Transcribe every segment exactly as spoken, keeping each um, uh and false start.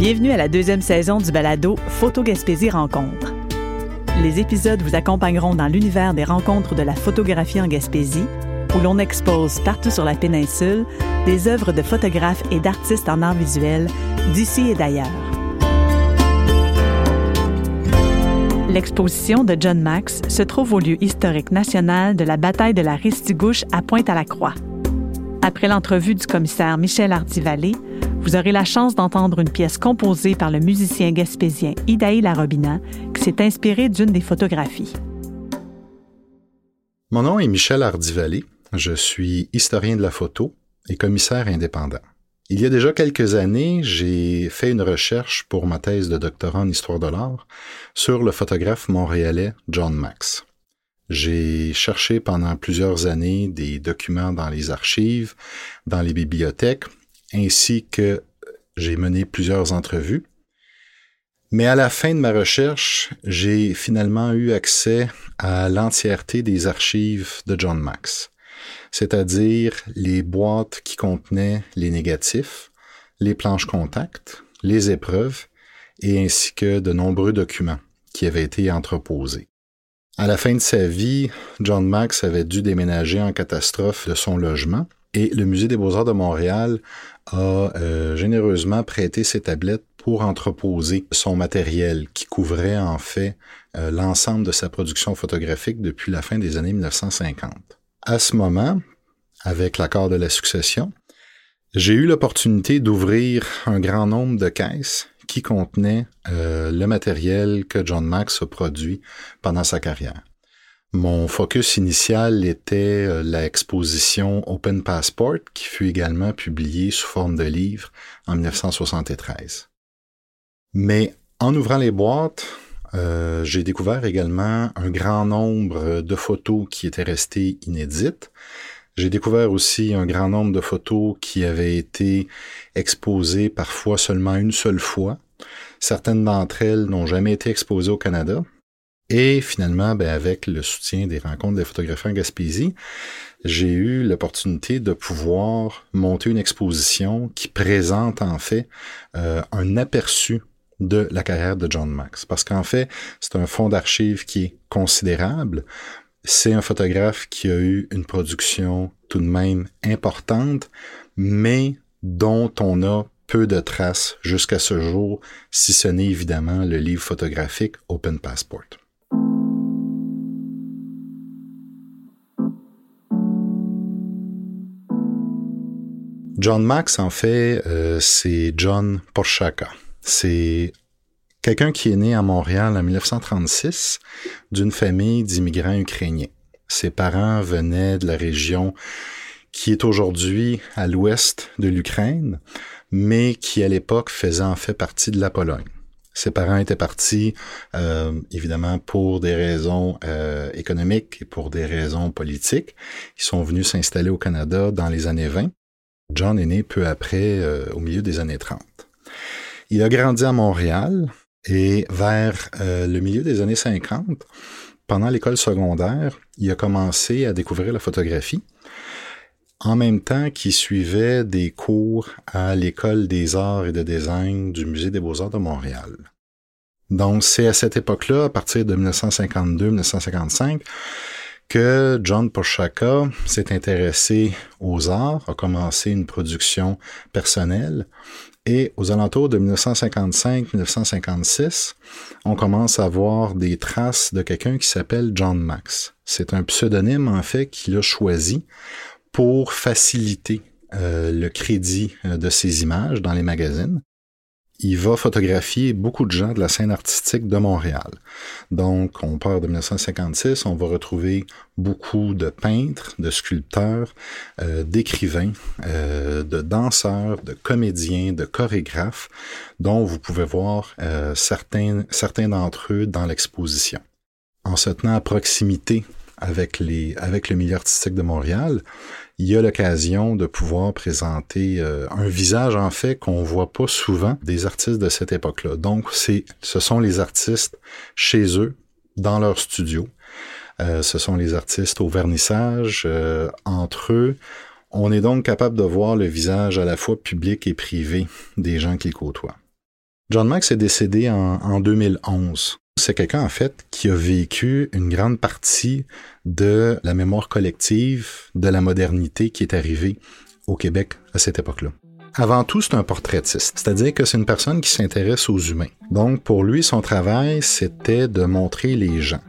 Bienvenue à la deuxième saison du balado Photo Gaspésie Rencontre. Les épisodes vous accompagneront dans l'univers des rencontres de la photographie en Gaspésie, où l'on expose partout sur la péninsule des œuvres de photographes et d'artistes en arts visuels d'ici et d'ailleurs. L'exposition de John Max se trouve au lieu historique national de la bataille de la Ristigouche à Pointe-à-la-Croix. Après l'entrevue du commissaire Michel Hardy-Vallée, vous aurez la chance d'entendre une pièce composée par le musicien gaspésien Idaï Larobina qui s'est inspiré d'une des photographies. Mon nom est Michel Hardy-Vallée. Je suis historien de la photo et commissaire indépendant. Il y a déjà quelques années, j'ai fait une recherche pour ma thèse de doctorat en histoire de l'art sur le photographe montréalais John Max. J'ai cherché pendant plusieurs années des documents dans les archives, dans les bibliothèques, ainsi que j'ai mené plusieurs entrevues. Mais à la fin de ma recherche, j'ai finalement eu accès à l'entièreté des archives de John Max, c'est-à-dire les boîtes qui contenaient les négatifs, les planches contact, les épreuves, et ainsi que de nombreux documents qui avaient été entreposés. À la fin de sa vie, John Max avait dû déménager en catastrophe de son logement et le Musée des Beaux-Arts de Montréal a euh, généreusement prêté ses tablettes pour entreposer son matériel qui couvrait en fait euh, l'ensemble de sa production photographique depuis la fin des années mille neuf cent cinquante. À ce moment, avec l'accord de la succession, j'ai eu l'opportunité d'ouvrir un grand nombre de caisses qui contenaient euh, le matériel que John Max a produit pendant sa carrière. Mon focus initial était euh, l'exposition Open Passport, qui fut également publiée sous forme de livre en dix-neuf cent soixante-treize. Mais en ouvrant les boîtes, euh, j'ai découvert également un grand nombre de photos qui étaient restées inédites. J'ai découvert aussi un grand nombre de photos qui avaient été exposées parfois seulement une seule fois. Certaines d'entre elles n'ont jamais été exposées au Canada. Et finalement, ben, avec le soutien des rencontres des photographes en Gaspésie, j'ai eu l'opportunité de pouvoir monter une exposition qui présente en fait euh, un aperçu de la carrière de John Max. Parce qu'en fait, c'est un fonds d'archives qui est considérable. C'est un photographe qui a eu une production tout de même importante, mais dont on a peu de traces jusqu'à ce jour, si ce n'est évidemment le livre photographique Open Passport. John Max, en fait, euh, c'est John Porchaka. C'est quelqu'un qui est né à Montréal en dix-neuf cent trente-six d'une famille d'immigrants ukrainiens. Ses parents venaient de la région qui est aujourd'hui à l'ouest de l'Ukraine, mais qui à l'époque faisait en fait partie de la Pologne. Ses parents étaient partis, euh, évidemment, pour des raisons euh, économiques et pour des raisons politiques. Ils sont venus s'installer au Canada dans les années vingt. John est né peu après, euh, au milieu des années trente. Il a grandi à Montréal et vers euh, le milieu des années cinquante, pendant l'école secondaire, il a commencé à découvrir la photographie, en même temps qu'il suivait des cours à l'École des arts et de design du Musée des Beaux-Arts de Montréal. Donc, c'est à cette époque-là, à partir de dix-neuf cent cinquante-deux dix-neuf cent cinquante-cinq, que John Porchaka s'est intéressé aux arts, a commencé une production personnelle, et aux alentours de dix-neuf cent cinquante-cinq dix-neuf cent cinquante-six, on commence à voir des traces de quelqu'un qui s'appelle John Max. C'est un pseudonyme, en fait, qu'il a choisi pour faciliter euh, le crédit euh, de ses images dans les magazines. Il va photographier beaucoup de gens de la scène artistique de Montréal. Donc, on part de dix-neuf cent cinquante-six, on va retrouver beaucoup de peintres, de sculpteurs, euh, d'écrivains, euh, de danseurs, de comédiens, de chorégraphes, dont vous pouvez voir euh, certains, certains d'entre eux dans l'exposition. En se tenant à proximité avec, les, avec le milieu artistique de Montréal, il y a l'occasion de pouvoir présenter euh, un visage, en fait, qu'on voit pas souvent des artistes de cette époque-là. Donc, c'est, ce sont les artistes chez eux, dans leur studio. Euh, ce sont les artistes au vernissage, euh, entre eux. On est donc capable de voir le visage à la fois public et privé des gens qu'ils côtoient. John Max est décédé en, en deux mille onze. C'est quelqu'un, en fait, qui a vécu une grande partie de la mémoire collective, de la modernité qui est arrivée au Québec à cette époque-là. Avant tout, c'est un portraitiste, c'est-à-dire que c'est une personne qui s'intéresse aux humains. Donc, pour lui, son travail, c'était de montrer les gens.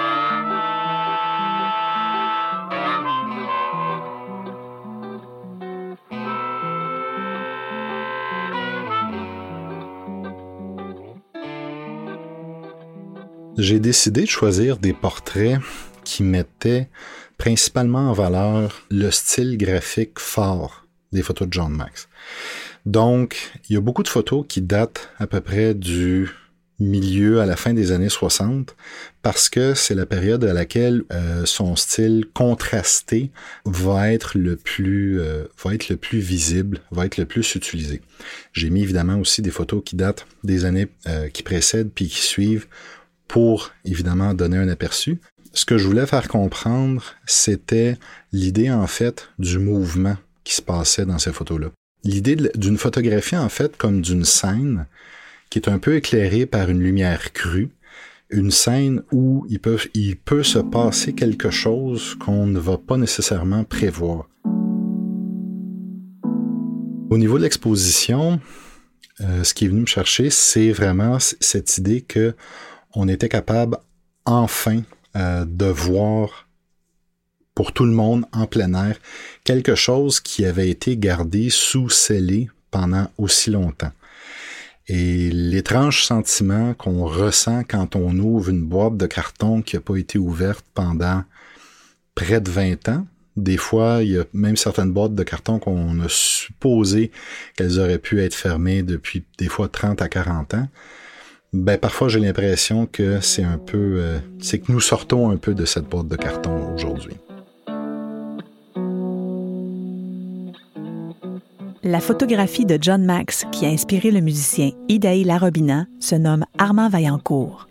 J'ai décidé de choisir des portraits qui mettaient principalement en valeur le style graphique fort des photos de John Max. Donc, il y a beaucoup de photos qui datent à peu près du milieu à la fin des années soixante, parce que c'est la période à laquelle euh, son style contrasté va être le plus euh, va être le plus visible, va être le plus utilisé. J'ai mis évidemment aussi des photos qui datent des années euh, qui précèdent puis qui suivent, pour, évidemment, donner un aperçu. Ce que je voulais faire comprendre, c'était l'idée, en fait, du mouvement qui se passait dans ces photos-là. L'idée d'une photographie, en fait, comme d'une scène qui est un peu éclairée par une lumière crue, une scène où il peut, il peut se passer quelque chose qu'on ne va pas nécessairement prévoir. Au niveau de l'exposition, euh, ce qui est venu me chercher, c'est vraiment cette idée que on était capable, enfin, euh, de voir pour tout le monde en plein air quelque chose qui avait été gardé sous scellé pendant aussi longtemps. Et l'étrange sentiment qu'on ressent quand on ouvre une boîte de carton qui n'a pas été ouverte pendant près de vingt ans. Des fois, il y a même certaines boîtes de carton qu'on a supposé qu'elles auraient pu être fermées depuis des fois trente à quarante ans. Ben, parfois, j'ai l'impression que c'est un peu, euh, c'est que nous sortons un peu de cette boîte de carton aujourd'hui. La photographie de John Max qui a inspiré le musicien Idaï Larobina se nomme Armand Vaillancourt.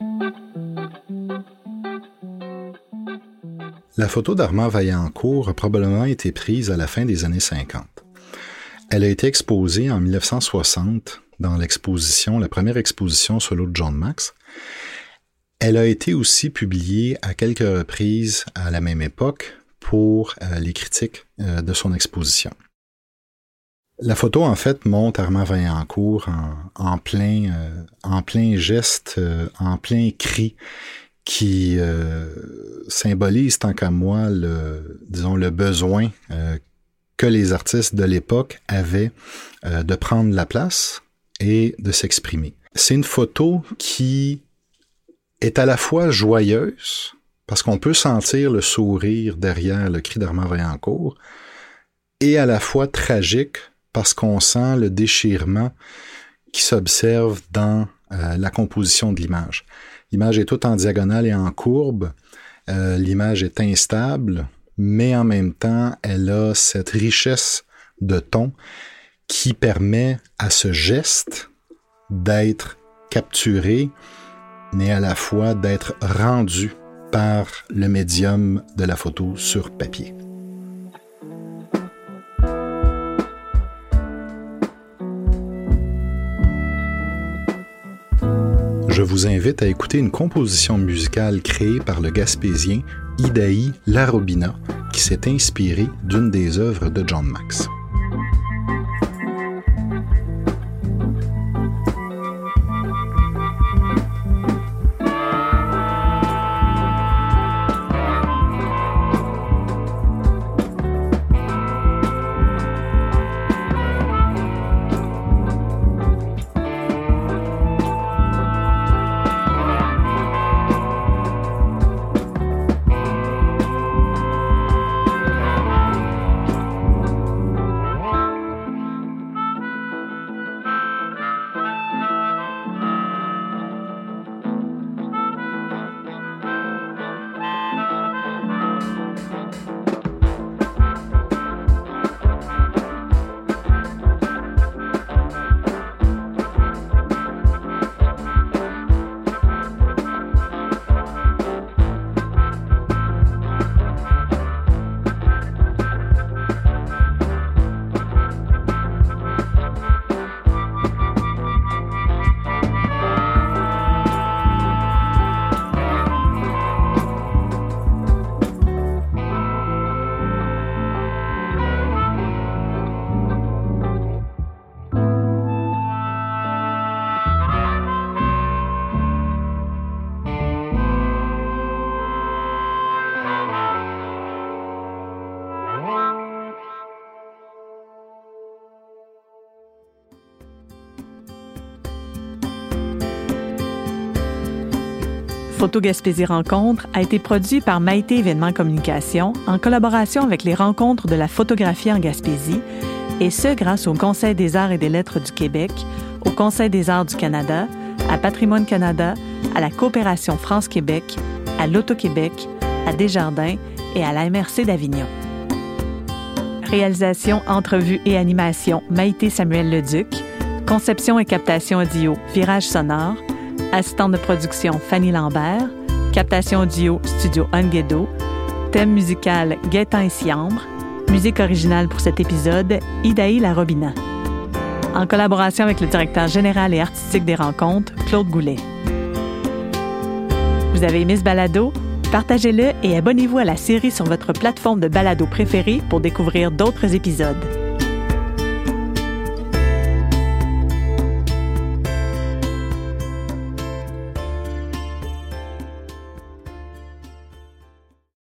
La photo d'Armand Vaillancourt a probablement été prise à la fin des années cinquante. Elle a été exposée en mille neuf cent soixante dans l'exposition, la première exposition solo de John Max. Elle a été aussi publiée à quelques reprises à la même époque pour euh, les critiques euh, de son exposition. La photo, en fait, montre Armand Vaillancourt en, en, plein, euh, en plein geste, euh, en plein cri, qui euh, symbolise, tant qu'à moi, le, disons, le besoin euh, que les artistes de l'époque avaient euh, de prendre la place et de s'exprimer. C'est une photo qui est à la fois joyeuse, parce qu'on peut sentir le sourire derrière le cri d'Armand Vaillancourt, et à la fois tragique, parce qu'on sent le déchirement qui s'observe dans euh, la composition de l'image. L'image est toute en diagonale et en courbe, euh, l'image est instable, mais en même temps, elle a cette richesse de ton qui permet à ce geste d'être capturé, mais à la fois d'être rendu par le médium de la photo sur papier. Je vous invite à écouter une composition musicale créée par le Gaspésien Idaï Larobina qui s'est inspiré d'une des œuvres de John Max. Photo Gaspésie Rencontre a été produit par Maïté Événements Communication en collaboration avec les Rencontres de la photographie en Gaspésie, et ce grâce au Conseil des arts et des lettres du Québec, au Conseil des arts du Canada, à Patrimoine Canada, à la Coopération France-Québec, à l'Auto-Québec, à Desjardins et à la M R C d'Avignon. Réalisation, entrevue et animation, Maïté Samuel Leduc. Conception et captation audio, Virage Sonore. Assistante de production, Fanny Lambert. Captation audio, Studio Onguedo. Thème musical, Gaétan et Siambre. Musique originale pour cet épisode, Idaï Larobina. En collaboration avec le directeur général et artistique des rencontres, Claude Goulet. Vous avez aimé ce balado? Partagez-le et abonnez-vous à la série sur votre plateforme de balado préférée pour découvrir d'autres épisodes.